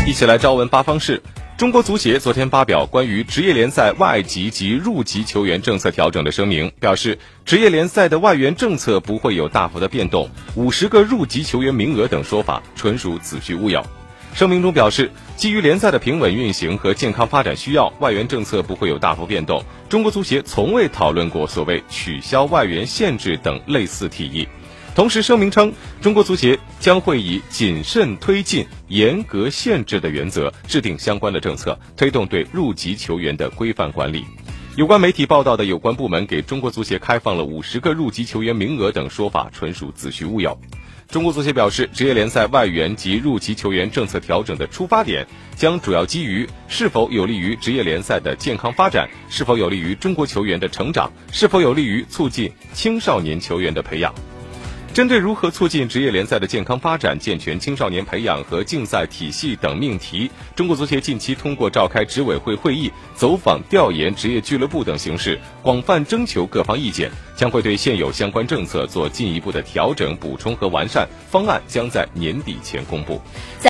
一起来朝闻八方事。中国足协昨天发表关于职业联赛外籍及入籍球员政策调整的声明，表示职业联赛的外援政策不会有大幅的变动，50个入籍球员名额等说法纯属子虚乌有。声明中表示，基于联赛的平稳运行和健康发展需要，外援政策不会有大幅变动。中国足协从未讨论过所谓取消外援限制等类似提议。同时声明称，中国足协将会以谨慎推进、严格限制的原则制定相关的政策，推动对入籍球员的规范管理。有关媒体报道的有关部门给中国足协开放了50个入籍球员名额等说法纯属子虚乌有。中国足协表示，职业联赛外援及入籍球员政策调整的出发点将主要基于是否有利于职业联赛的健康发展，是否有利于中国球员的成长，是否有利于促进青少年球员的培养。针对如何促进职业联赛的健康发展、健全青少年培养和竞赛体系等命题，中国足协近期通过召开执委会会议、走访调研职业俱乐部等形式，广泛征求各方意见，将会对现有相关政策做进一步的调整、补充和完善，方案将在年底前公布。